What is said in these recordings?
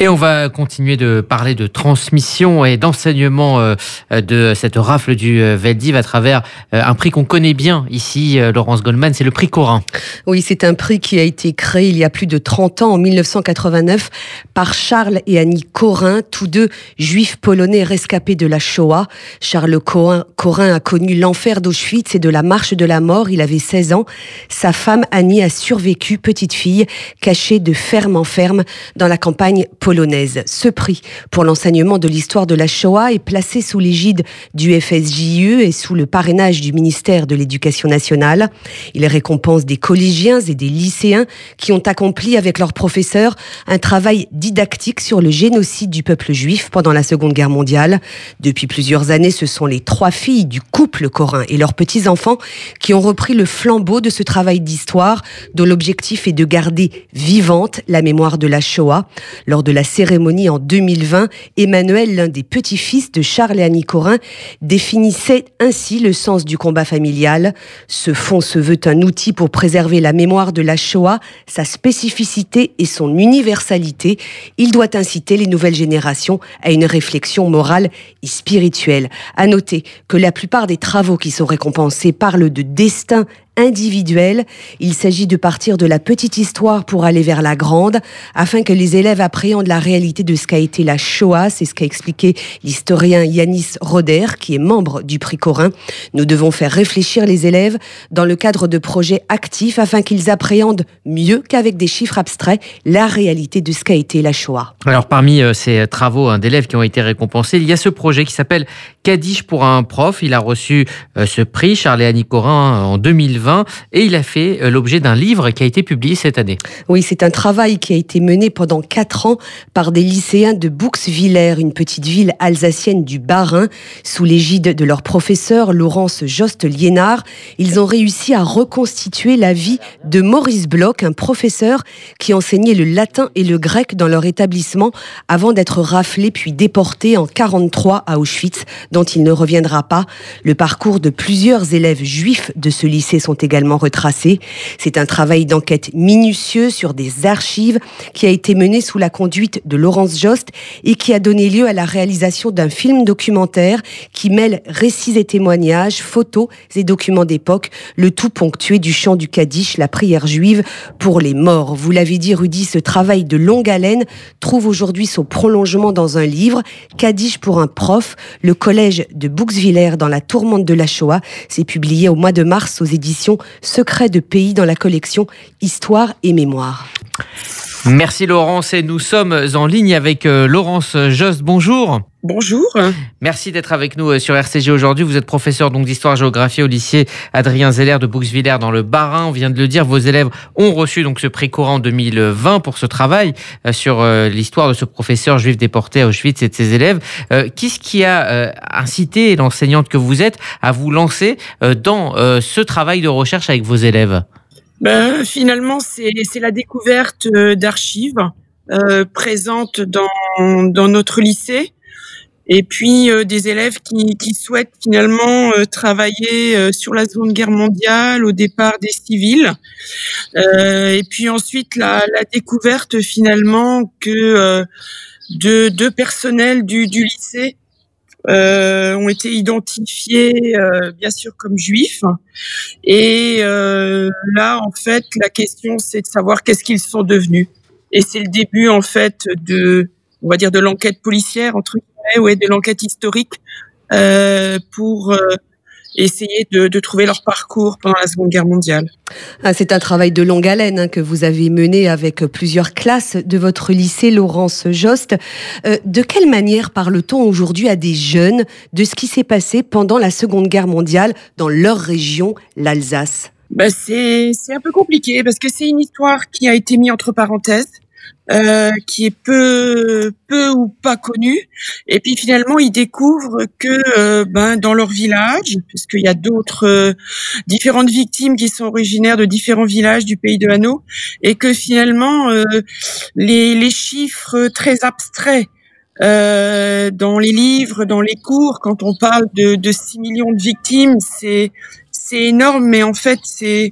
Et on va continuer de parler de transmission et d'enseignement de cette rafle du Veldiv à travers un prix qu'on connaît bien ici, Laurence Goldman, c'est le prix Corin. Oui, c'est un prix qui a été créé il y a plus de 30 ans, en 1989, par Charles et Annie Corin, tous deux juifs polonais rescapés de la Shoah. Charles Corin a connu l'enfer d'Auschwitz et de la marche de la mort. Il avait 16 ans. Sa femme Annie a survécu, petite fille, cachée de ferme en ferme dans la campagne polonaise. Ce prix pour l'enseignement de l'histoire de la Shoah est placé sous l'égide du FSJE et sous le parrainage du ministère de l'Éducation nationale. Il récompense des collégiens et des lycéens qui ont accompli avec leurs professeurs un travail didactique sur le génocide du peuple juif pendant la Seconde Guerre mondiale. Depuis plusieurs années, ce sont les 3 filles du couple Corin et leurs petits-enfants qui ont repris le flambeau de ce travail d'histoire dont l'objectif est de garder vivante la mémoire de la Shoah. Lors de la cérémonie en 2020, Emmanuel, l'un des petits-fils de Charles et Annie Corin, définissait ainsi le sens du combat familial. Ce fonds se veut un outil pour préserver la mémoire de la Shoah, sa spécificité et son universalité. Il doit inciter les nouvelles générations à une réflexion morale et spirituelle. À noter que la plupart des travaux qui sont récompensés parlent de destin individuel. Il s'agit de partir de la petite histoire pour aller vers la grande, afin que les élèves appréhendent la réalité de ce qu'a été la Shoah. C'est ce qu'a expliqué l'historien Yanis Roder, qui est membre du prix Corin. Nous devons faire réfléchir les élèves dans le cadre de projets actifs afin qu'ils appréhendent mieux qu'avec des chiffres abstraits la réalité de ce qu'a été la Shoah. Alors parmi ces travaux d'élèves qui ont été récompensés, il y a ce projet qui s'appelle Kaddish pour un prof. Il a reçu ce prix, Charles et Annie Corin, en 2020. Et il a fait l'objet d'un livre qui a été publié cette année. Oui, c'est un travail qui a été mené pendant 4 ans par des lycéens de Bouxwiller, une petite ville alsacienne du Bas-Rhin, sous l'égide de leur professeur Laurence Jost-Liénard. Ils ont réussi à reconstituer la vie de Maurice Bloch, un professeur qui enseignait le latin et le grec dans leur établissement avant d'être raflé puis déporté en 1943 à Auschwitz, dont il ne reviendra pas. Le parcours de plusieurs élèves juifs de ce lycée sont également retracés. C'est un travail d'enquête minutieux sur des archives qui a été mené sous la conduite de Laurence Jost et qui a donné lieu à la réalisation d'un film documentaire qui mêle récits et témoignages, photos et documents d'époque, le tout ponctué du chant du Kaddish, la prière juive pour les morts. Vous l'avez dit, Rudy, ce travail de longue haleine trouve aujourd'hui son prolongement dans un livre, Kaddish pour un prof, le collège de Bouxwiller dans la tourmente de la Shoah. C'est publié au mois de mars aux éditions Secrets de pays dans la collection Histoire et Mémoire. Merci Laurence, et nous sommes en ligne avec Laurence Jost. Bonjour. Bonjour. Merci d'être avec nous sur RCG aujourd'hui. Vous êtes professeur donc d'histoire-géographie au lycée Adrien Zeller de Bouxwiller dans le Bas-Rhin. On vient de le dire, vos élèves ont reçu donc ce prix Corin en 2020 pour ce travail sur l'histoire de ce professeur juif déporté à Auschwitz et de ses élèves. Qu'est-ce qui a incité l'enseignante que vous êtes à vous lancer dans ce travail de recherche avec vos élèves ? Finalement, c'est la découverte d'archives présentes dans notre lycée. Et puis des élèves qui souhaitent finalement travailler sur la Seconde Guerre mondiale, au départ des civils. Et puis ensuite la découverte finalement que deux personnels du lycée ont été identifiés bien sûr comme juifs. Et là en fait la question c'est de savoir qu'est-ce qu'ils sont devenus. Et c'est le début en fait on va dire de l'enquête policière entre guillemets, de l'enquête historique pour essayer de trouver leur parcours pendant la Seconde Guerre mondiale. C'est un travail de longue haleine que vous avez mené avec plusieurs classes de votre lycée, Laurence Jost. De quelle manière parle-t-on aujourd'hui à des jeunes de ce qui s'est passé pendant la Seconde Guerre mondiale dans leur région, l'Alsace ? C'est un peu compliqué parce que c'est une histoire qui a été mise entre parenthèses. Qui est peu ou pas connue, et puis finalement ils découvrent que dans leur village, puisqu'il y a d'autres différentes victimes qui sont originaires de différents villages du pays de Hanau, et que finalement les chiffres très abstraits dans les livres, dans les cours, quand on parle de 6 millions de victimes, c'est énorme, mais en fait c'est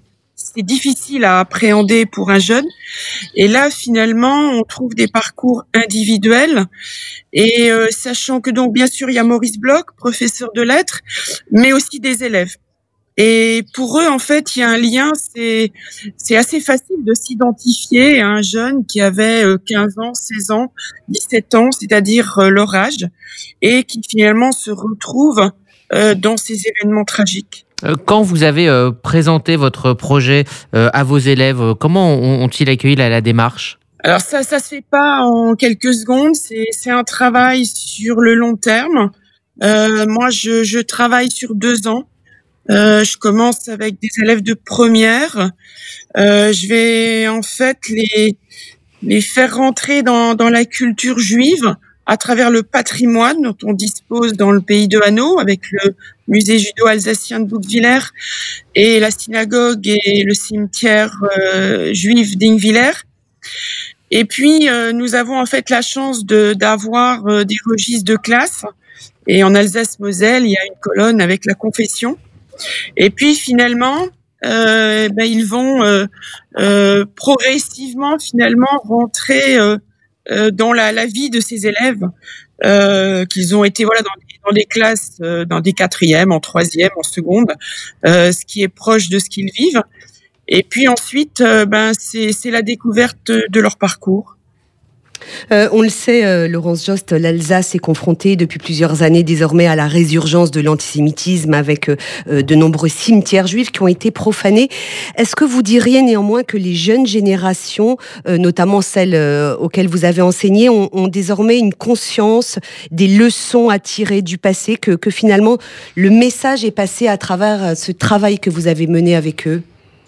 c'est difficile à appréhender pour un jeune. Et là, finalement, on trouve des parcours individuels. Et sachant que donc, bien sûr, il y a Maurice Bloch, professeur de lettres, mais aussi des élèves. Et pour eux, en fait, il y a un lien, c'est assez facile de s'identifier à un jeune qui avait 15 ans, 16 ans, 17 ans, c'est-à-dire leur âge, et qui finalement se retrouve dans ces événements tragiques. Quand vous avez présenté votre projet à vos élèves, comment ont-ils accueilli la démarche ? Alors ça se fait pas en quelques secondes, c'est un travail sur le long terme. Moi, je travaille sur 2 ans. Je commence avec des élèves de première. Je vais en fait les faire rentrer dans la culture juive à travers le patrimoine dont on dispose dans le pays de Hanau, avec le musée judo-alsacien de Bouxwiller et la synagogue et le cimetière juif d'Ingwiller. Et puis, nous avons en fait la chance d'avoir des registres de classe. Et en Alsace-Moselle, il y a une colonne avec la confession. Et puis, finalement, ils vont progressivement, finalement, rentrer dans la vie de ces élèves, qu'ils ont été dans des classes, dans des 4e, en 3e, en seconde, ce qui est proche de ce qu'ils vivent. Et puis ensuite, c'est la découverte de leur parcours. On le sait, Laurence Jost, l'Alsace est confrontée depuis plusieurs années désormais à la résurgence de l'antisémitisme avec de nombreux cimetières juifs qui ont été profanés. Est-ce que vous diriez néanmoins que les jeunes générations, notamment celles auxquelles vous avez enseigné, ont désormais une conscience des leçons à tirer du passé, que finalement le message est passé à travers ce travail que vous avez mené avec eux ?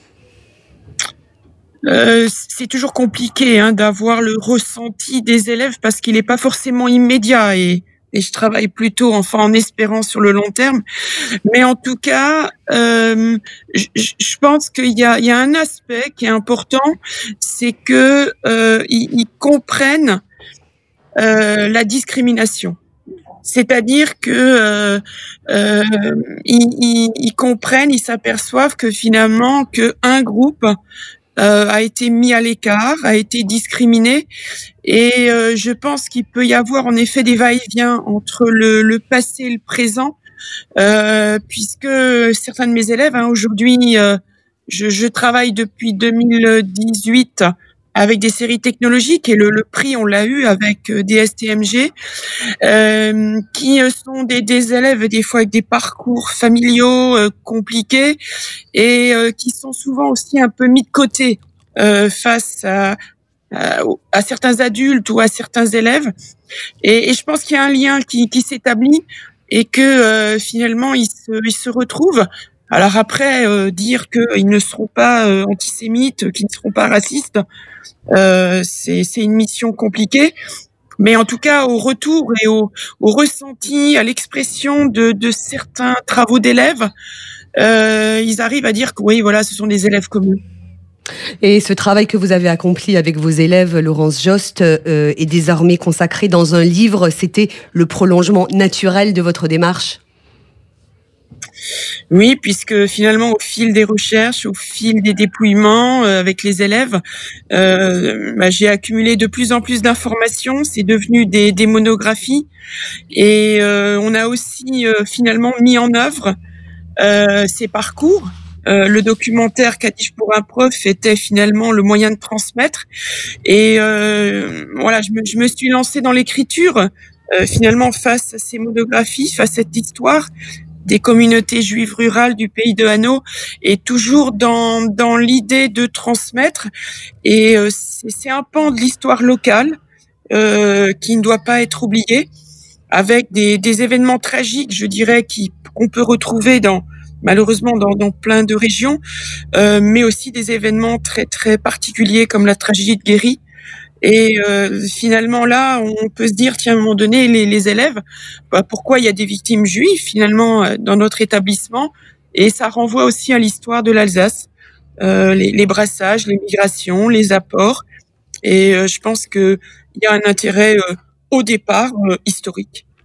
C'est toujours compliqué d'avoir le ressenti des élèves parce qu'il n'est pas forcément immédiat et je travaille plutôt en espérant sur le long terme. Mais en tout cas, je pense qu'il y a un aspect qui est important, c'est que ils comprennent la discrimination. C'est-à-dire que ils comprennent, ils s'aperçoivent que finalement qu'un groupe a été mis à l'écart, a été discriminé, et je pense qu'il peut y avoir en effet des va-et-vient entre le passé et le présent, puisque certains de mes élèves, aujourd'hui, je travaille depuis 2018 avec des séries technologiques et le prix on l'a eu avec des STMG, qui sont des élèves des fois avec des parcours familiaux compliqués et qui sont souvent aussi un peu mis de côté face à certains adultes ou à certains élèves, et je pense qu'il y a un lien qui s'établit et que finalement ils se retrouvent. Alors après, dire qu'ils ne seront pas antisémites, qu'ils ne seront pas racistes, c'est une mission compliquée. Mais en tout cas, au retour et au ressenti, à l'expression de certains travaux d'élèves, ils arrivent à dire que oui, voilà, ce sont des élèves comme eux. Et ce travail que vous avez accompli avec vos élèves, Laurence Jost, est désormais consacré dans un livre. C'était le prolongement naturel de votre démarche ? Oui, puisque finalement, au fil des recherches, au fil des dépouillements avec les élèves, j'ai accumulé de plus en plus d'informations. C'est devenu des monographies, et on a aussi finalement mis en œuvre ces parcours. Le documentaire Kaddish pour un prof était finalement le moyen de transmettre, et je me suis lancée dans l'écriture finalement face à ces monographies, face à cette histoire des communautés juives rurales du pays de Hanau, et toujours dans l'idée de transmettre. Et c'est un pan de l'histoire locale qui ne doit pas être oublié, avec des événements tragiques, je dirais, qu'on peut retrouver malheureusement dans plein de régions, mais aussi des événements très très particuliers comme la tragédie de Guéry. Et finalement là, on peut se dire, tiens, à un moment donné, les élèves, pourquoi il y a des victimes juives finalement dans notre établissement? Et ça renvoie aussi à l'histoire de l'Alsace, les brassages, les migrations, les apports. Et je pense qu'il y a un intérêt au départ historique.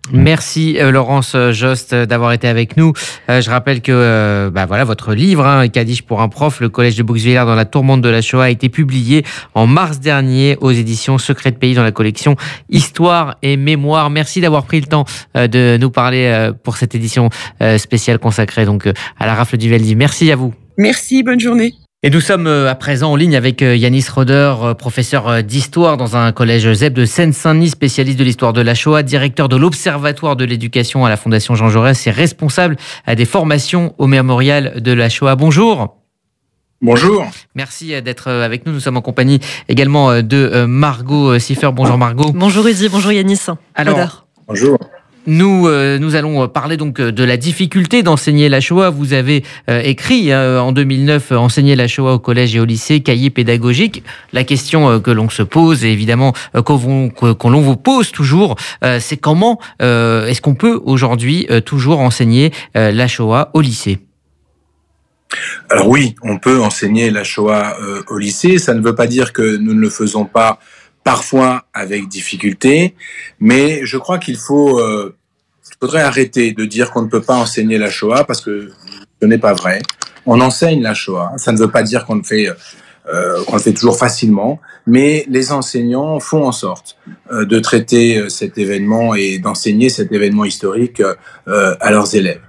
Merci Laurence Jost d'avoir été avec nous. Je rappelle que votre livre, Kaddish pour un prof, le collège de Bouxwiller dans la tourmente de la Shoah, a été publié en mars dernier aux éditions Secret de Pays dans la collection Histoire et Mémoire. Merci d'avoir pris le temps de nous parler pour cette édition spéciale consacrée donc à la rafle du Veldiv. Merci à vous. Merci, bonne journée. Et nous sommes à présent en ligne avec Yanis Roder, professeur d'histoire dans un collège ZEP de Seine-Saint-Denis, spécialiste de l'histoire de la Shoah, directeur de l'Observatoire de l'éducation à la Fondation Jean Jaurès et responsable des formations au mémorial de la Shoah. Bonjour. Bonjour. Merci d'être avec nous. Nous sommes en compagnie également de Margot Siffer. Bonjour Margot. Bonjour Rudy, bonjour Yanis. Alors, bonjour. Nous allons parler donc de la difficulté d'enseigner la Shoah. Vous avez écrit en 2009 Enseigner la Shoah au collège et au lycée, cahier pédagogique. La question que l'on se pose et évidemment qu'on l'on vous pose toujours, c'est comment est-ce qu'on peut aujourd'hui toujours enseigner la Shoah au lycée ? Alors oui, on peut enseigner la Shoah au lycée. Ça ne veut pas dire que nous ne le faisons pas parfois avec difficulté, mais je crois qu'il faudrait arrêter de dire qu'on ne peut pas enseigner la Shoah parce que ce n'est pas vrai. On enseigne la Shoah. Ça ne veut pas dire qu'on le fait toujours facilement, mais les enseignants font en sorte de traiter cet événement et d'enseigner cet événement historique à leurs élèves.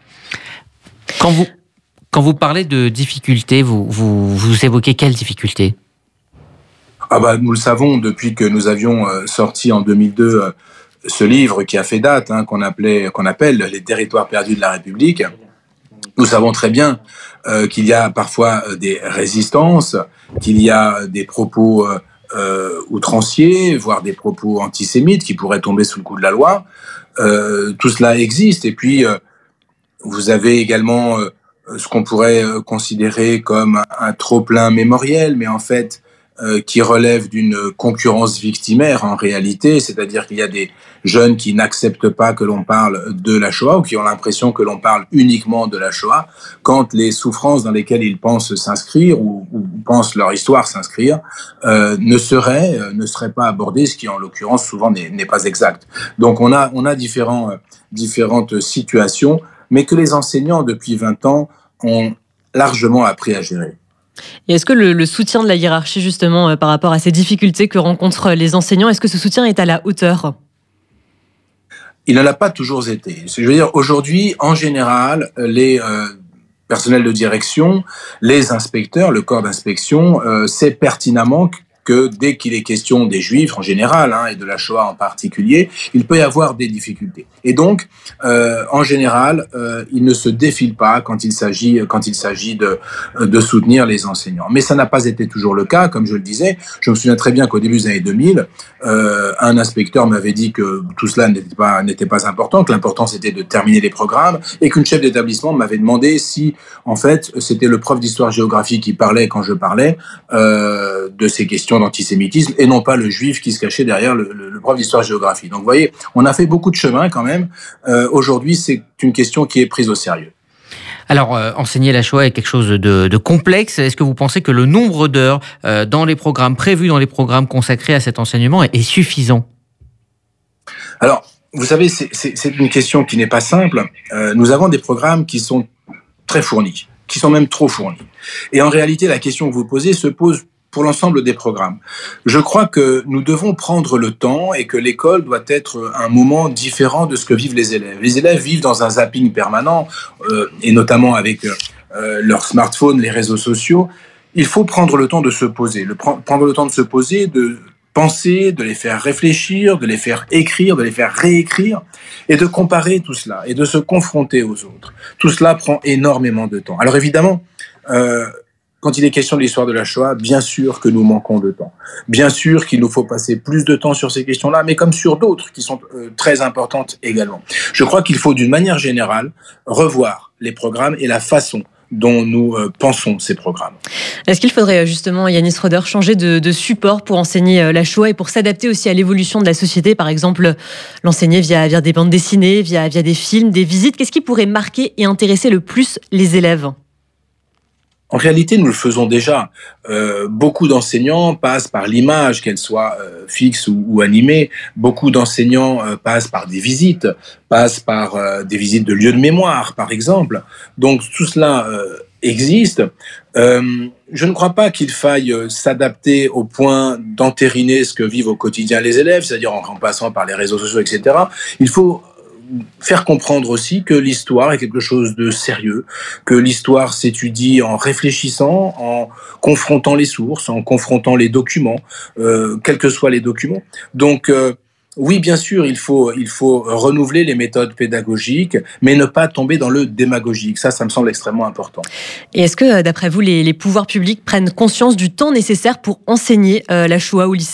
Quand vous parlez de difficultés, vous évoquez quelles difficultés ? Nous le savons depuis que nous avions sorti en 2002 ce livre qui a fait date, qu'on appelle Les territoires perdus de la République. Nous savons très bien qu'il y a parfois des résistances, qu'il y a des propos outranciers, voire des propos antisémites qui pourraient tomber sous le coup de la loi. Tout cela existe. Et puis, vous avez également ce qu'on pourrait considérer comme un trop-plein mémoriel, mais en fait, qui relève d'une concurrence victimaire en réalité, c'est-à-dire qu'il y a des jeunes qui n'acceptent pas que l'on parle de la Shoah ou qui ont l'impression que l'on parle uniquement de la Shoah quand les souffrances dans lesquelles ils pensent s'inscrire ou pensent leur histoire s'inscrire ne seraient pas abordées, ce qui en l'occurrence souvent n'est pas exact. Donc on a différentes situations, mais que les enseignants depuis 20 ans ont largement appris à gérer. Et est-ce que le soutien de la hiérarchie, justement, par rapport à ces difficultés que rencontrent les enseignants, est-ce que ce soutien est à la hauteur ? Il n'en a pas toujours été. Je veux dire, aujourd'hui, en général, les personnels de direction, les inspecteurs, le corps d'inspection, sait pertinemment que dès qu'il est question des Juifs en général, et de la Shoah en particulier, il peut y avoir des difficultés. Et donc, en général, il ne se défile pas quand il s'agit de soutenir les enseignants. Mais ça n'a pas été toujours le cas, comme je le disais. Je me souviens très bien qu'au début des années 2000, un inspecteur m'avait dit que tout cela n'était pas important, que l'important c'était de terminer les programmes, et qu'une chef d'établissement m'avait demandé si, en fait, c'était le prof d'histoire-géographie qui parlait quand je parlais de ces questions d'antisémitisme et non pas le juif qui se cachait derrière le prof d'histoire-géographie. Donc vous voyez, on a fait beaucoup de chemin quand même. Aujourd'hui, c'est une question qui est prise au sérieux. Alors, enseigner la Shoah est quelque chose de complexe. Est-ce que vous pensez que le nombre d'heures dans les programmes prévus, dans les programmes consacrés à cet enseignement est suffisant ? Alors, vous savez, c'est une question qui n'est pas simple. Nous avons des programmes qui sont très fournis, qui sont même trop fournis. Et en réalité, la question que vous posez se pose pour l'ensemble des programmes. Je crois que nous devons prendre le temps et que l'école doit être un moment différent de ce que vivent les élèves. Les élèves vivent dans un zapping permanent, et notamment avec leur smartphone, les réseaux sociaux. Il faut prendre le temps de se poser, prendre le temps de se poser, de penser, de les faire réfléchir, de les faire écrire, de les faire réécrire, et de comparer tout cela, et de se confronter aux autres. Tout cela prend énormément de temps. Alors évidemment, quand il est question de l'histoire de la Shoah, bien sûr que nous manquons de temps. Bien sûr qu'il nous faut passer plus de temps sur ces questions-là, mais comme sur d'autres qui sont très importantes également. Je crois qu'il faut d'une manière générale revoir les programmes et la façon dont nous pensons ces programmes. Est-ce qu'il faudrait justement, Yanis Roder, changer de support pour enseigner la Shoah et pour s'adapter aussi à l'évolution de la société, par exemple l'enseigner via des bandes dessinées, via des films, des visites? Qu'est-ce qui pourrait marquer et intéresser le plus les élèves ? En réalité, nous le faisons déjà. Beaucoup d'enseignants passent par l'image, qu'elle soit fixe ou animée. Beaucoup d'enseignants passent par des visites, passent par des visites de lieux de mémoire, par exemple. Donc tout cela existe. Je ne crois pas qu'il faille s'adapter au point d'entériner ce que vivent au quotidien les élèves, c'est-à-dire en passant par les réseaux sociaux, etc. Il faut faire comprendre aussi que l'histoire est quelque chose de sérieux, que l'histoire s'étudie en réfléchissant, en confrontant les sources, en confrontant les documents, quels que soient les documents. Donc, oui, bien sûr, il faut renouveler les méthodes pédagogiques, mais ne pas tomber dans le démagogique. Ça me semble extrêmement important. Et est-ce que, d'après vous, les pouvoirs publics prennent conscience du temps nécessaire pour enseigner la Shoah au lycée ?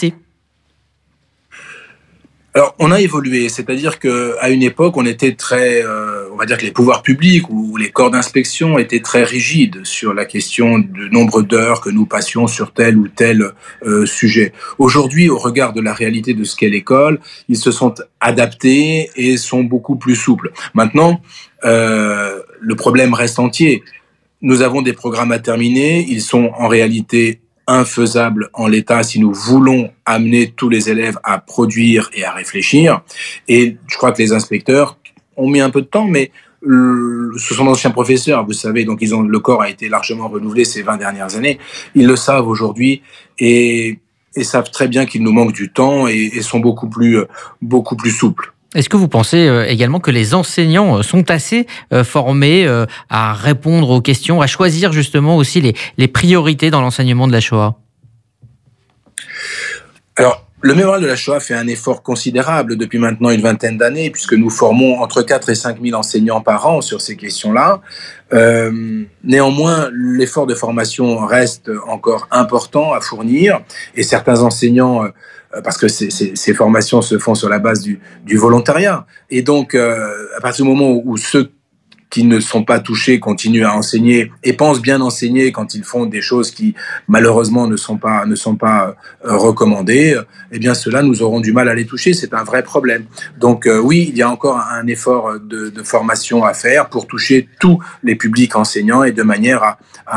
Alors, on a évolué, c'est-à-dire qu'à une époque, on était on va dire que les pouvoirs publics ou les corps d'inspection étaient très rigides sur la question du nombre d'heures que nous passions sur tel ou tel sujet. Aujourd'hui, au regard de la réalité de ce qu'est l'école, ils se sont adaptés et sont beaucoup plus souples. Maintenant, le problème reste entier. Nous avons des programmes à terminer, ils sont en réalité infaisable en l'état si nous voulons amener tous les élèves à produire et à réfléchir. Et je crois que les inspecteurs ont mis un peu de temps, mais ce sont d'anciens professeurs, vous savez, donc le corps a été largement renouvelé ces 20 dernières années. Ils le savent aujourd'hui et savent très bien qu'il nous manque du temps et sont beaucoup plus souples. Est-ce que vous pensez également que les enseignants sont assez formés à répondre aux questions, à choisir justement aussi les priorités dans l'enseignement de la Shoah ? Alors, le mémorial de la Shoah fait un effort considérable depuis maintenant une vingtaine d'années, puisque nous formons entre 4 et 5 000 enseignants par an sur ces questions-là. Néanmoins, l'effort de formation reste encore important à fournir, et certains enseignants... parce que ces formations se font sur la base du volontariat. Et donc, à partir du moment où ceux qui ne sont pas touchés continuent à enseigner et pensent bien enseigner quand ils font des choses qui, malheureusement, ne sont pas recommandées, eh bien, ceux-là, nous aurons du mal à les toucher. C'est un vrai problème. Donc, oui, il y a encore un effort de formation à faire pour toucher tous les publics enseignants et de manière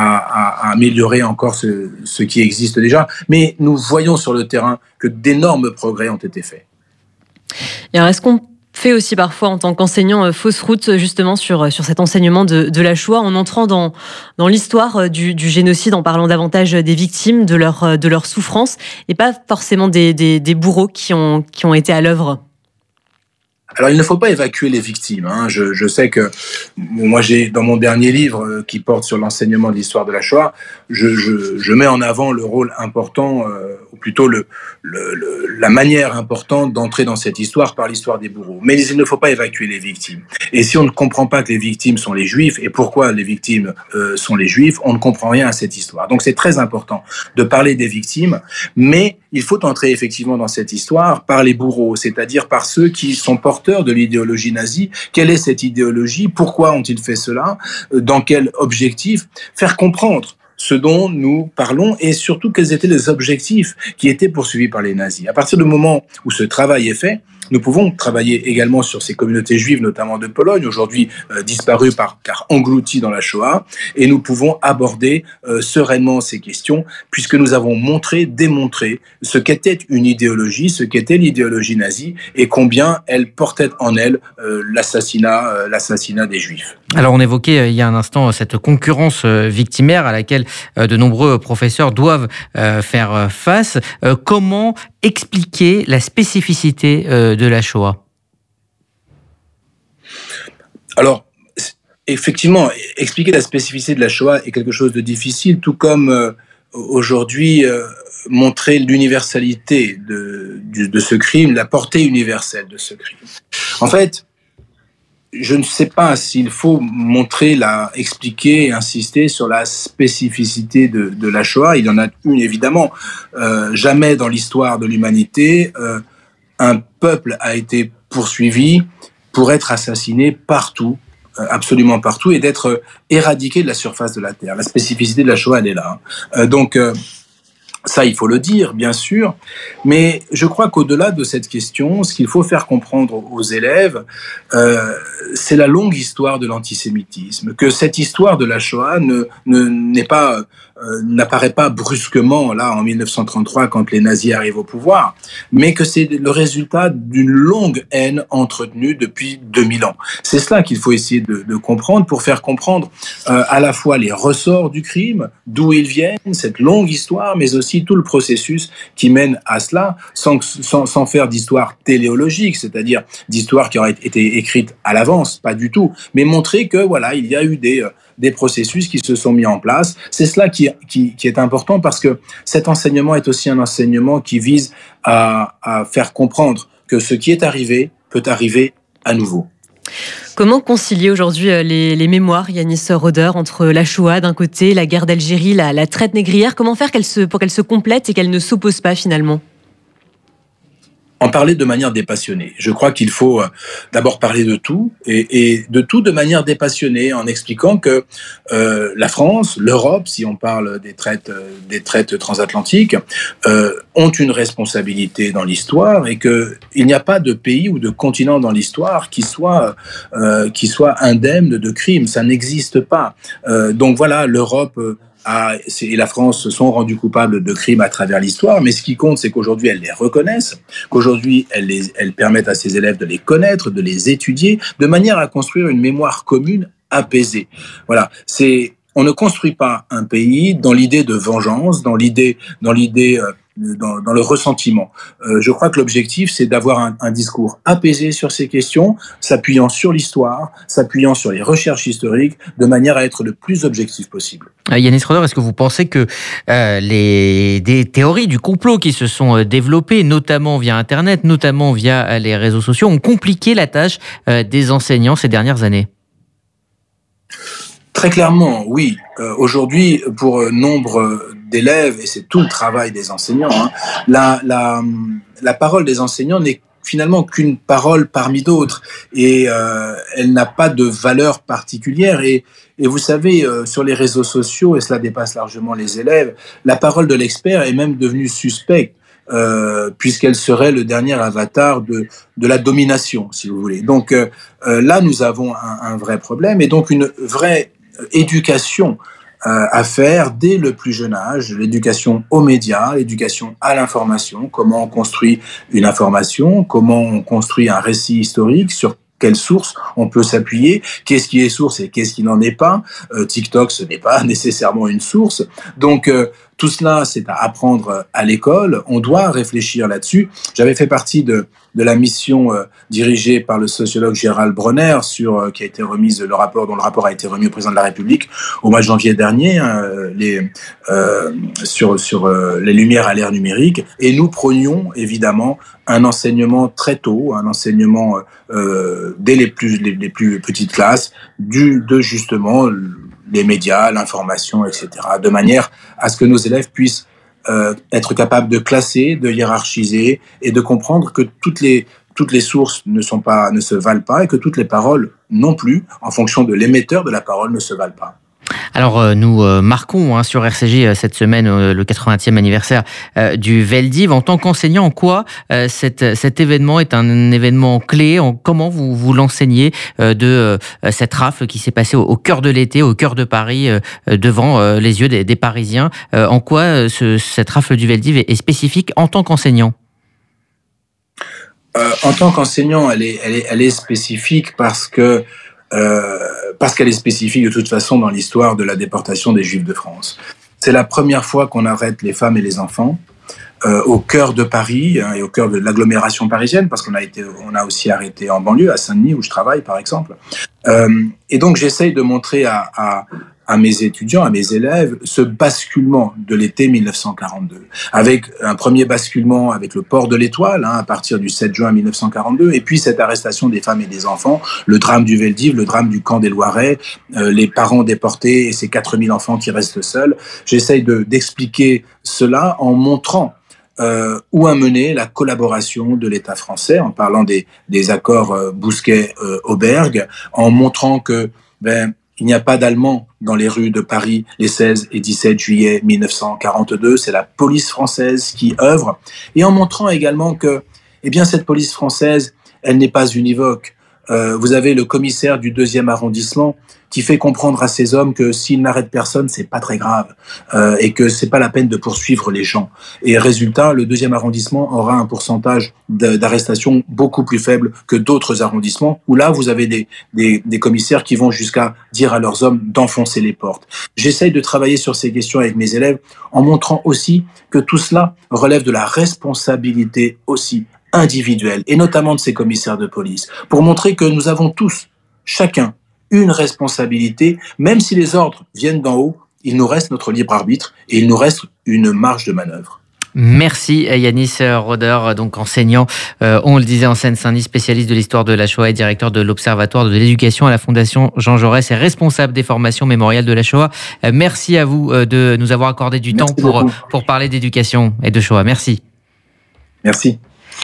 à améliorer encore ce qui existe déjà. Mais nous voyons sur le terrain que d'énormes progrès ont été faits. Et alors, est-ce qu'on fait aussi parfois en tant qu'enseignant fausse route justement sur cet enseignement de la Shoah en entrant dans l'histoire du génocide, en parlant davantage des victimes, de leur souffrance et pas forcément des bourreaux qui ont été à l'œuvre? Alors, il ne faut pas évacuer les victimes. Je sais que moi, j'ai dans mon dernier livre qui porte sur l'enseignement de l'histoire de la Shoah, je mets en avant le rôle important, ou plutôt la manière importante d'entrer dans cette histoire par l'histoire des bourreaux. Mais il ne faut pas évacuer les victimes. Et si on ne comprend pas que les victimes sont les Juifs et pourquoi les victimes sont les Juifs, on ne comprend rien à cette histoire. Donc, c'est très important de parler des victimes, mais il faut entrer effectivement dans cette histoire par les bourreaux, c'est-à-dire par ceux qui sont porteurs de l'idéologie nazie. Quelle est cette idéologie? Pourquoi ont-ils fait cela? Dans quel objectif? Faire comprendre ce dont nous parlons et surtout quels étaient les objectifs qui étaient poursuivis par les nazis. À partir du moment où ce travail est fait, nous pouvons travailler également sur ces communautés juives, notamment de Pologne, aujourd'hui disparues car englouties dans la Shoah, et nous pouvons aborder sereinement ces questions, puisque nous avons démontré ce qu'était une idéologie, ce qu'était l'idéologie nazie, et combien elle portait en elle l'assassinat des Juifs. Alors on évoquait il y a un instant cette concurrence victimaire à laquelle de nombreux professeurs doivent faire face. Comment expliquer la spécificité de la Shoah? Alors, effectivement, expliquer la spécificité de la Shoah est quelque chose de difficile, tout comme aujourd'hui montrer l'universalité de ce crime, la portée universelle de ce crime. En fait, je ne sais pas s'il faut expliquer et insister sur la spécificité de la Shoah. Il y en a une, évidemment. Jamais dans l'histoire de l'humanité, un peuple a été poursuivi pour être assassiné partout, absolument partout, et d'être éradiqué de la surface de la Terre. La spécificité de la Shoah, elle est là. Donc, Ça, il faut le dire, bien sûr, mais je crois qu'au-delà de cette question, ce qu'il faut faire comprendre aux élèves, c'est la longue histoire de l'antisémitisme, que cette histoire de la Shoah n'apparaît pas brusquement, là, en 1933, quand les nazis arrivent au pouvoir, mais que c'est le résultat d'une longue haine entretenue depuis 2000 ans. C'est cela qu'il faut essayer de comprendre pour faire comprendre à la fois les ressorts du crime, d'où ils viennent, cette longue histoire, mais aussi tout le processus qui mène à cela, sans faire d'histoire téléologique, c'est-à-dire d'histoire qui aurait été écrite à l'avance, pas du tout, mais montrer que voilà, il y a eu des processus qui se sont mis en place. C'est cela qui est important, parce que cet enseignement est aussi un enseignement qui vise à faire comprendre que ce qui est arrivé peut arriver à nouveau. Comment concilier aujourd'hui les mémoires, Yanis Roder, entre la Shoah d'un côté, la guerre d'Algérie, la traite négrière? Comment faire pour qu'elles se complètent et qu'elles ne s'opposent pas finalement? En parler de manière dépassionnée. Je crois qu'il faut d'abord parler de tout, et de tout de manière dépassionnée, en expliquant que la France, l'Europe, si on parle des traites transatlantiques, ont une responsabilité dans l'histoire, et qu'il n'y a pas de pays ou de continent dans l'histoire qui soit indemne de crimes. Ça n'existe pas. Donc voilà, l'Europe et la France se sont rendus coupables de crimes à travers l'histoire, mais ce qui compte, c'est qu'aujourd'hui, elles les reconnaissent, qu'aujourd'hui, elles permettent à ces élèves de les connaître, de les étudier, de manière à construire une mémoire commune apaisée. Voilà, on ne construit pas un pays dans l'idée de vengeance, dans le ressentiment. Je crois que l'objectif, c'est d'avoir un discours apaisé sur ces questions, s'appuyant sur l'histoire, s'appuyant sur les recherches historiques, de manière à être le plus objectif possible. Yanis Roder, est-ce que vous pensez que des théories du complot qui se sont développées, notamment via Internet, notamment via les réseaux sociaux, ont compliqué la tâche des enseignants ces dernières années? Très clairement, oui. Aujourd'hui, pour nombre d'élèves, et c'est tout le travail des enseignants, la parole des enseignants n'est finalement qu'une parole parmi d'autres, et elle n'a pas de valeur particulière. Et vous savez, sur les réseaux sociaux, et cela dépasse largement les élèves, la parole de l'expert est même devenue suspecte, puisqu'elle serait le dernier avatar de la domination, si vous voulez. Donc là, nous avons un vrai problème, et donc une vraie éducation à faire dès le plus jeune âge, l'éducation aux médias, l'éducation à l'information, comment on construit une information, comment on construit un récit historique, sur quelle source on peut s'appuyer, qu'est-ce qui est source et qu'est-ce qui n'en est pas. TikTok, ce n'est pas nécessairement une source. Donc, tout cela, c'est à apprendre à l'école. On doit réfléchir là-dessus. J'avais fait partie de la mission dirigée par le sociologue Gérald Bronner qui a été remise dont le rapport a été remis au président de la République au mois de janvier dernier, sur les lumières à l'ère numérique. Et nous prônions évidemment un enseignement très tôt, un enseignement dès les plus petites classes, de justement les médias, l'information, etc., de manière à ce que nos élèves puissent être capables de classer, de hiérarchiser et de comprendre que toutes les sources ne se valent pas, et que toutes les paroles non plus, en fonction de l'émetteur de la parole, ne se valent pas. Alors, nous marquons sur RCJ cette semaine le 80e anniversaire du Veldiv. En tant qu'enseignant, en quoi cet événement est un événement clé? Comment vous l'enseignez de cette rafle qui s'est passée au cœur de l'été, au cœur de Paris, devant les yeux des Parisiens? En quoi cette rafle du Veldiv est spécifique en tant qu'enseignant? En tant qu'enseignant, elle est spécifique parce qu'elle est spécifique de toute façon dans l'histoire de la déportation des Juifs de France. C'est la première fois qu'on arrête les femmes et les enfants au cœur de Paris et au cœur de l'agglomération parisienne, parce qu'on a aussi arrêté en banlieue, à Saint-Denis où je travaille par exemple. Et donc j'essaye de montrer à mes étudiants, à mes élèves, ce basculement de l'été 1942, avec un premier basculement avec le port de l'Étoile, à partir du 7 juin 1942, et puis cette arrestation des femmes et des enfants, le drame du Veldiv, le drame du camp des Loirets, les parents déportés et ces 4000 enfants qui restent seuls. J'essaye d'expliquer cela en montrant où a mené la collaboration de l'État français, en parlant des accords Bousquet-Auberg, en montrant que Il n'y a pas d'Allemands dans les rues de Paris les 16 et 17 juillet 1942. C'est la police française qui œuvre. Et en montrant également que, cette police française, elle n'est pas univoque. Vous avez le commissaire du 2e arrondissement qui fait comprendre à ces hommes que s'ils n'arrêtent personne, c'est pas très grave et que c'est pas la peine de poursuivre les gens. Et résultat, le 2e arrondissement aura un pourcentage d'arrestation beaucoup plus faible que d'autres arrondissements où là, vous avez des commissaires qui vont jusqu'à dire à leurs hommes d'enfoncer les portes. J'essaye de travailler sur ces questions avec mes élèves en montrant aussi que tout cela relève de la responsabilité aussi individuelle, et notamment de ces commissaires de police, pour montrer que nous avons tous, chacun, une responsabilité, même si les ordres viennent d'en haut, il nous reste notre libre arbitre et il nous reste une marge de manœuvre. Merci Yanis Roder, donc enseignant, on le disait en Seine-Saint-Denis, spécialiste de l'histoire de la Shoah et directeur de l'Observatoire de l'éducation à la Fondation Jean Jaurès et responsable des formations mémoriales de la Shoah. Merci à vous de nous avoir accordé du temps pour parler d'éducation et de Shoah. Merci. Merci.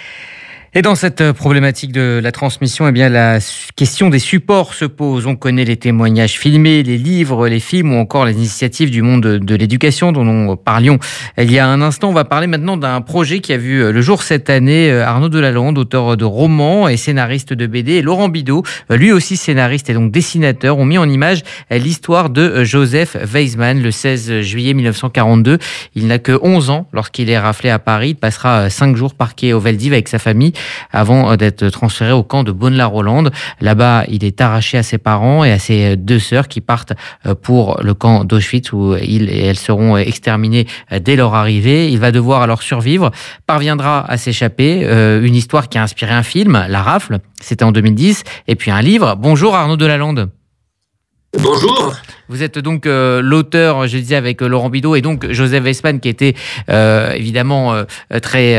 Et dans cette problématique de la transmission, la question des supports se pose. On connaît les témoignages filmés, les livres, les films ou encore les initiatives du monde de l'éducation dont nous parlions il y a un instant. On va parler maintenant d'un projet qui a vu le jour cette année. Arnaud Delalande, auteur de romans et scénariste de BD, et Laurent Bidault, lui aussi scénariste et donc dessinateur, ont mis en image l'histoire de Joseph Weismann le 16 juillet 1942. Il n'a que 11 ans lorsqu'il est raflé à Paris. Il passera 5 jours parqué au Veldiv avec sa famille avant d'être transféré au camp de Bonne-la-Rolande. Là-bas, il est arraché à ses parents et à ses 2 sœurs qui partent pour le camp d'Auschwitz où ils et elles seront exterminés dès leur arrivée. Il va devoir alors survivre, parviendra à s'échapper. Une histoire qui a inspiré un film, La Rafle, c'était en 2010, et puis un livre. Bonjour Arnaud Delalande. Bonjour. Vous êtes donc l'auteur, je disais, avec Laurent Bidault et donc Joseph Weismann qui était évidemment très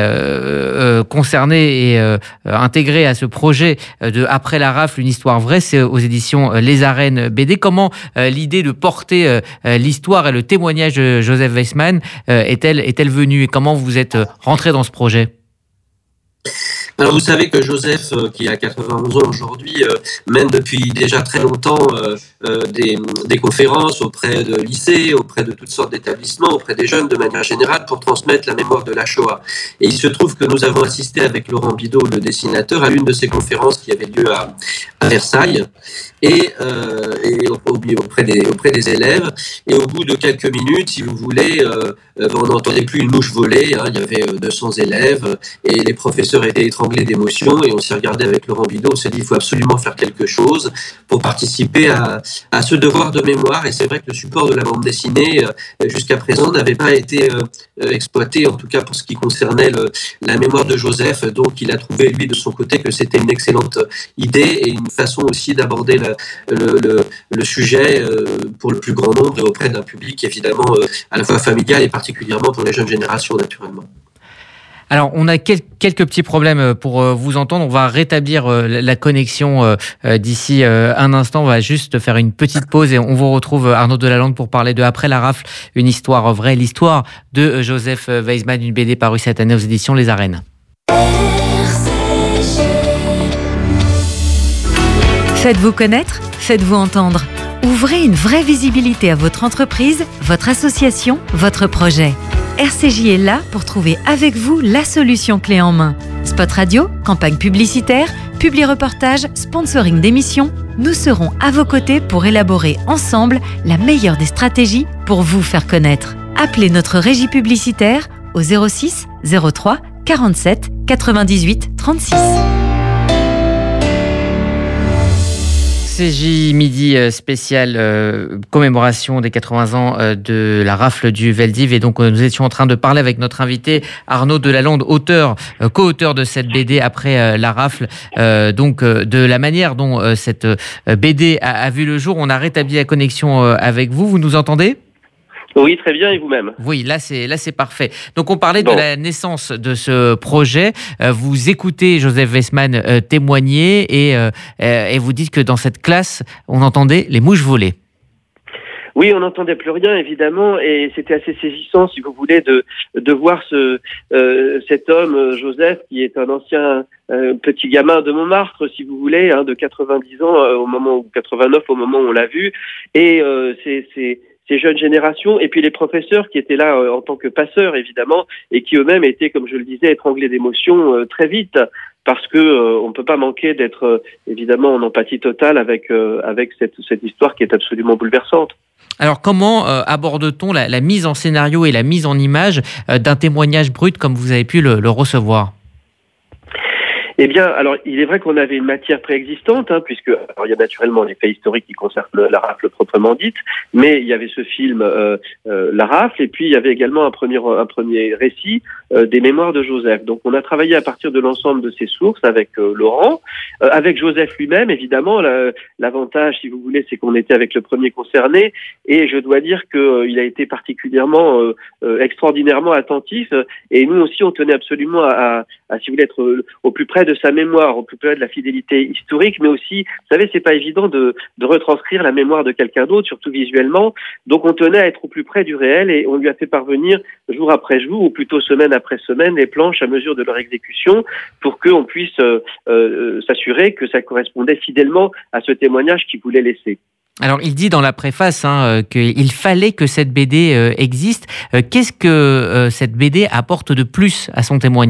concerné et intégré à ce projet de Après la Rafle, une histoire vraie. C'est aux éditions Les Arènes BD. Comment l'idée de porter l'histoire et le témoignage de Joseph Weismann est-elle venue et comment vous êtes rentré dans ce projet ? Alors vous savez que Joseph, qui a 91 ans aujourd'hui, mène depuis déjà très longtemps des conférences auprès de lycées, auprès de toutes sortes d'établissements, auprès des jeunes de manière générale pour transmettre la mémoire de la Shoah. Et il se trouve que nous avons assisté avec Laurent Bidault, le dessinateur, à l'une de ces conférences qui avait lieu à Versailles et auprès des élèves. Et au bout de quelques minutes, si vous voulez, on n'entendait plus une mouche voler. Il y avait 200 élèves et les professeurs étaient étranglés d'émotion et on s'est regardé avec Laurent Bidault, on s'est dit il faut absolument faire quelque chose pour participer à ce devoir de mémoire. Et c'est vrai que le support de la bande dessinée jusqu'à présent n'avait pas été exploité, en tout cas pour ce qui concernait la mémoire de Joseph. Donc il a trouvé lui de son côté que c'était une excellente idée et une façon aussi d'aborder le sujet pour le plus grand nombre et auprès d'un public évidemment à la fois familial et particulièrement pour les jeunes générations naturellement. Alors, on a quelques petits problèmes pour vous entendre. On va rétablir la connexion d'ici un instant. On va juste faire une petite pause et on vous retrouve, Arnaud Delalande, pour parler de Après la Rafle, une histoire vraie, l'histoire de Joseph Weismann, une BD parue cette année aux éditions Les Arènes. Faites-vous connaître, faites-vous entendre. Ouvrez une vraie visibilité à votre entreprise, votre association, votre projet. RCJ est là pour trouver avec vous la solution clé en main. Spot radio, campagne publicitaire, publi-reportage, sponsoring d'émissions, nous serons à vos côtés pour élaborer ensemble la meilleure des stratégies pour vous faire connaître. Appelez notre régie publicitaire au 06 03 47 98 36. RCJ Midi spécial commémoration des 80 ans de la rafle du Veldiv. Et donc, nous étions en train de parler avec notre invité Arnaud Delalande, co-auteur de cette BD Après la rafle. De la manière dont cette BD a vu le jour. On a rétabli la connexion avec vous. Vous nous entendez ? Oui, très bien, et vous-même ? Oui, là c'est parfait. Donc on parlait de la naissance de ce projet. Vous écoutez Joseph Weismann témoigner et vous dites que dans cette classe, on entendait les mouches voler. Oui, on n'entendait plus rien, évidemment, et c'était assez saisissant, si vous voulez, de voir cet homme, Joseph, qui est un ancien petit gamin de Montmartre, si vous voulez, de 90 ans au moment où 89 au moment où on l'a vu, et ces jeunes générations, et puis les professeurs qui étaient là en tant que passeurs, évidemment, et qui eux-mêmes étaient, comme je le disais, étranglés d'émotions très vite, parce que on peut pas manquer d'être évidemment en empathie totale avec cette histoire qui est absolument bouleversante. Alors comment aborde-t-on la mise en scénario et la mise en image d'un témoignage brut comme vous avez pu le recevoir ? Eh bien, alors, il est vrai qu'on avait une matière préexistante, puisque alors, il y a naturellement les faits historiques qui concernent la rafle proprement dite, mais il y avait ce film La rafle, et puis il y avait également un premier récit des mémoires de Joseph. Donc, on a travaillé à partir de l'ensemble de ces sources avec Laurent, avec Joseph lui-même, évidemment. L'avantage, si vous voulez, c'est qu'on était avec le premier concerné, et je dois dire qu'il a été particulièrement, extraordinairement attentif, et nous aussi, on tenait absolument à si vous voulez, être au plus près de sa mémoire, au plus près de la fidélité historique, mais aussi, vous savez, c'est pas évident de retranscrire la mémoire de quelqu'un d'autre, surtout visuellement. Donc, on tenait à être au plus près du réel et on lui a fait parvenir jour après jour, ou plutôt semaine après semaine, les planches à mesure de leur exécution pour qu'on puisse s'assurer que ça correspondait fidèlement à ce témoignage qu'il voulait laisser. Alors, il dit dans la préface qu'il fallait que cette BD existe. Qu'est-ce que cette BD apporte de plus à son témoignage ?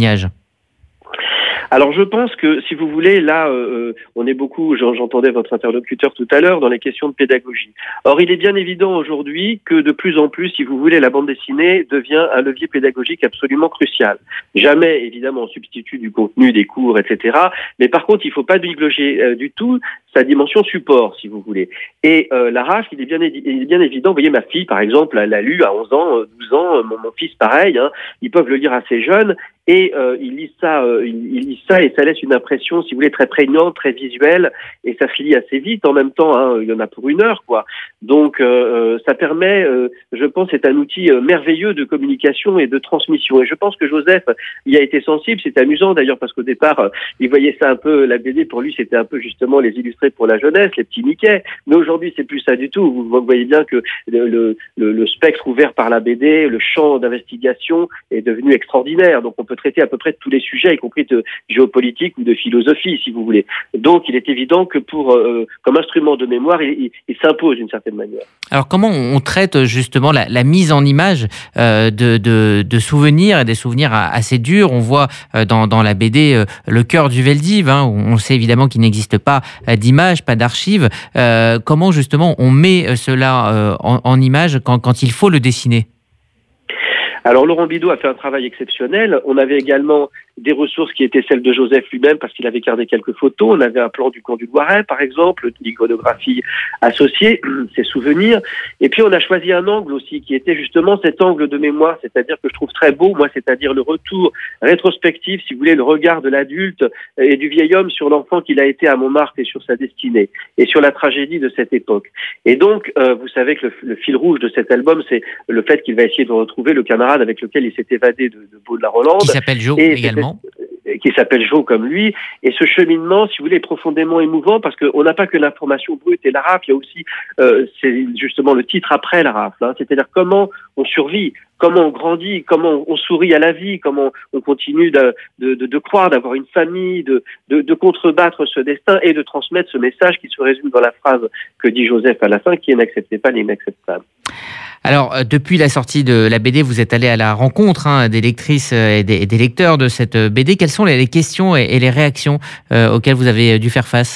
Alors je pense que, si vous voulez, là, on est beaucoup, j'entendais votre interlocuteur tout à l'heure, dans les questions de pédagogie. Or, il est bien évident aujourd'hui que de plus en plus, si vous voulez, la bande dessinée devient un levier pédagogique absolument crucial. Jamais, évidemment, en substitut du contenu, des cours, etc. Mais par contre, il ne faut pas négligenter du tout sa dimension support, si vous voulez. Et la rafle, il est bien évident, vous voyez, ma fille, par exemple, elle l'a lu à 11 ans, 12 ans, mon fils, pareil, ils peuvent le lire assez jeune, et il lit ça et ça laisse une impression, si vous voulez, très prégnante, très visuelle, et ça se lit assez vite en même temps, il y en a pour 1 heure, quoi. Donc ça permet, je pense, c'est un outil merveilleux de communication et de transmission. Et je pense que Joseph y a été sensible. C'est amusant d'ailleurs, parce qu'au départ, il voyait ça un peu, la BD pour lui, c'était un peu justement les illustrés pour la jeunesse, les petits Mickey. Mais aujourd'hui, c'est plus ça du tout. Vous voyez bien que le spectre ouvert par la BD, le champ d'investigation est devenu extraordinaire. Donc on peut traiter à peu près de tous les sujets, y compris de géopolitique ou de philosophie, si vous voulez. Donc il est évident que comme instrument de mémoire, il s'impose d'une certaine manière. Alors comment on traite justement la mise en image de souvenirs, et des souvenirs assez durs? On voit dans la BD le cœur du Veldiv, où on sait évidemment qu'il n'existe pas d'images, pas d'archives. Comment justement on met cela en image quand il faut le dessiner? Alors Laurent Bidault a fait un travail exceptionnel. On avait également des ressources qui étaient celles de Joseph lui-même, parce qu'il avait gardé quelques photos. On avait un plan du camp du Loiret, par exemple, l'iconographie associée, ses souvenirs. Et puis on a choisi un angle aussi qui était justement cet angle de mémoire, c'est-à-dire que je trouve très beau, moi, c'est-à-dire le retour rétrospectif, si vous voulez, le regard de l'adulte et du vieil homme sur l'enfant qu'il a été à Montmartre et sur sa destinée et sur la tragédie de cette époque. Et donc, vous savez que le fil rouge de cet album, c'est le fait qu'il va essayer de retrouver le camarade avec lequel il s'est évadé de Baudelaire-Hollande. Qui s'appelle Joe également. Qui s'appelle Joe comme lui. Et ce cheminement, si vous voulez, est profondément émouvant, parce qu'on n'a pas que l'information brute et la rafle, il y a aussi, c'est justement le titre après la rafle, c'est-à-dire comment on survit, comment on grandit, comment on sourit à la vie, comment on continue de croire, d'avoir une famille, de contrebattre ce destin et de transmettre ce message qui se résume dans la phrase que dit Joseph à la fin, qui est n'acceptez pas l'inacceptable. Alors, depuis la sortie de la BD, vous êtes allé à la rencontre des lectrices et des lecteurs de cette BD. Quelles sont les questions et les réactions auxquelles vous avez dû faire face ?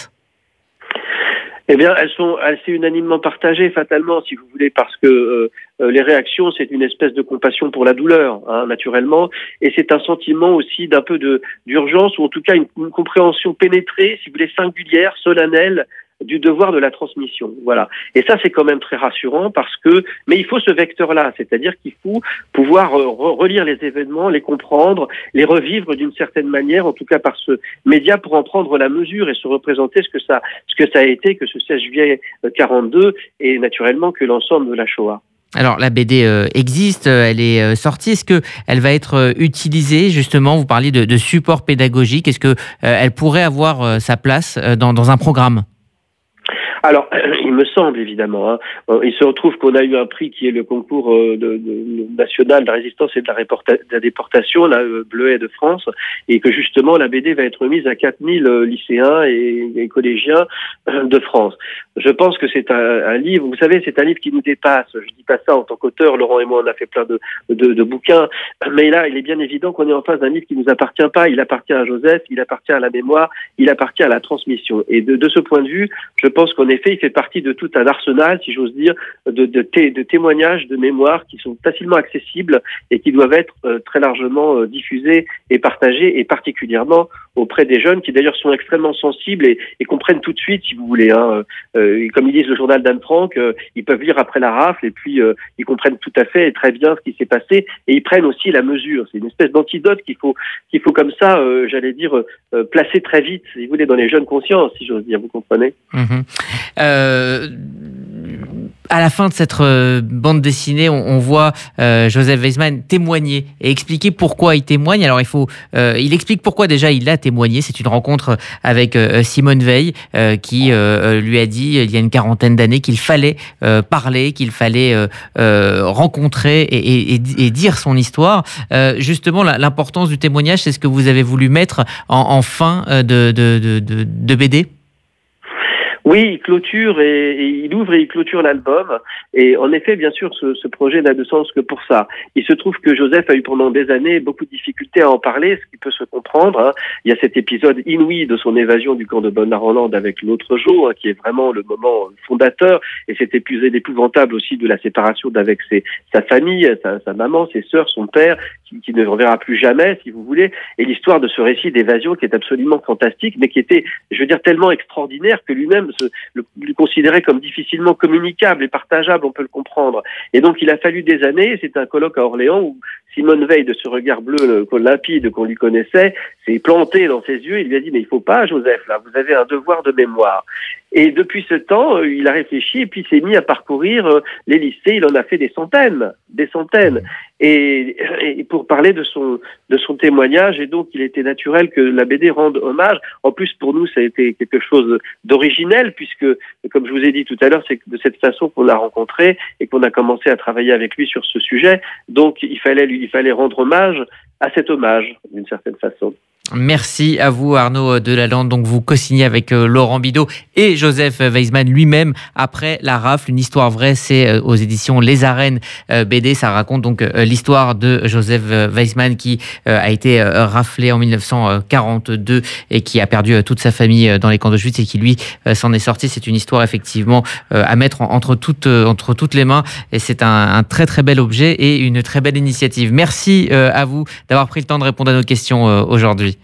Eh bien, elles sont assez unanimement partagées, fatalement, si vous voulez, parce que les réactions, c'est une espèce de compassion pour la douleur, naturellement, et c'est un sentiment aussi d'un peu d'urgence, ou en tout cas une compréhension pénétrée, si vous voulez, singulière, solennelle, du devoir de la transmission. Voilà. Et ça, c'est quand même très rassurant, mais il faut ce vecteur-là, c'est-à-dire qu'il faut pouvoir relire les événements, les comprendre, les revivre d'une certaine manière, en tout cas par ce média, pour en prendre la mesure et se représenter ce que ça a été, que ce 16 juillet 42, et naturellement que l'ensemble de la Shoah. Alors, la BD existe, elle est sortie. Est-ce qu'elle va être utilisée, justement? Vous parliez de support pédagogique. Est-ce qu'elle pourrait avoir sa place dans un programme? Alors, il me semble évidemment. Il se retrouve qu'on a eu un prix qui est le concours national de la résistance et de la déportation, la Bleuet de France, et que justement la BD va être remise à 4000 lycéens et collégiens de France. Je pense que c'est un livre, vous savez, c'est un livre qui nous dépasse. Je dis pas ça en tant qu'auteur, Laurent et moi on a fait plein de bouquins, mais là il est bien évident qu'on est en face d'un livre qui nous appartient pas. Il appartient à Joseph, il appartient à la mémoire, il appartient à la transmission. Et de ce point de vue, je pense qu'en effet, il fait partie de tout un arsenal, si j'ose dire, de témoignages, de mémoires qui sont facilement accessibles et qui doivent être très largement diffusés et partagés, et particulièrement auprès des jeunes qui d'ailleurs sont extrêmement sensibles et comprennent tout de suite, si vous voulez. Comme ils disent le journal d'Anne Frank, ils peuvent lire après la rafle et puis ils comprennent tout à fait et très bien ce qui s'est passé et ils prennent aussi la mesure. C'est une espèce d'antidote qu'il faut comme ça, j'allais dire, placer très vite, si vous voulez, dans les jeunes consciences, si j'ose dire, vous comprenez. À la fin de cette bande dessinée, on voit Joseph Weisman témoigner et expliquer pourquoi il témoigne. Alors il explique pourquoi déjà il a témoigné. C'est une rencontre avec Simone Veil qui lui a dit il y a une quarantaine d'années qu'il fallait parler, qu'il fallait rencontrer et dire son histoire. Justement, l'importance du témoignage, c'est ce que vous avez voulu mettre en fin de BD. Oui, il clôture et il ouvre et il clôture l'album. Et en effet, bien sûr, ce projet n'a de sens que pour ça. Il se trouve que Joseph a eu pendant des années beaucoup de difficultés à en parler, ce qui peut se comprendre. Il y a cet épisode inouï de son évasion du camp de Bonne-la-Rolande avec l'autre jour, qui est vraiment le moment fondateur. Et cet épisode épouvantable aussi de la séparation d'avec sa famille, sa maman, ses sœurs, son père, qui ne reverra plus jamais, si vous voulez. Et l'histoire de ce récit d'évasion qui est absolument fantastique, mais qui était, je veux dire, tellement extraordinaire que lui-même le considérait comme difficilement communicable et partageable, on peut le comprendre. Et donc il a fallu des années, c'est un colloque à Orléans où Simone Veil, de ce regard bleu limpide qu'on lui connaissait, s'est planté dans ses yeux, il lui a dit « Mais il faut pas, Joseph, là, vous avez un devoir de mémoire ». Et depuis ce temps, il a réfléchi et puis s'est mis à parcourir les lycées. Il en a fait des centaines. Et pour parler de son témoignage, et donc il était naturel que la BD rende hommage. En plus, pour nous, ça a été quelque chose d'originel, puisque, comme je vous ai dit tout à l'heure, c'est de cette façon qu'on l'a rencontré et qu'on a commencé à travailler avec lui sur ce sujet. Donc, il fallait rendre hommage à cet hommage, d'une certaine façon. Merci à vous Arnaud Delalande. Donc vous co-signez avec Laurent Bidault et Joseph Weisman lui-même après la rafle, une histoire vraie, c'est aux éditions Les Arènes BD. Ça raconte donc l'histoire de Joseph Weisman qui a été raflé en 1942 et qui a perdu toute sa famille dans les camps d'Auschwitz et qui lui s'en est sorti. C'est une histoire effectivement à mettre entre toutes les mains et c'est un très très bel objet et une très belle initiative. Merci à vous d'avoir pris le temps de répondre à nos questions aujourd'hui.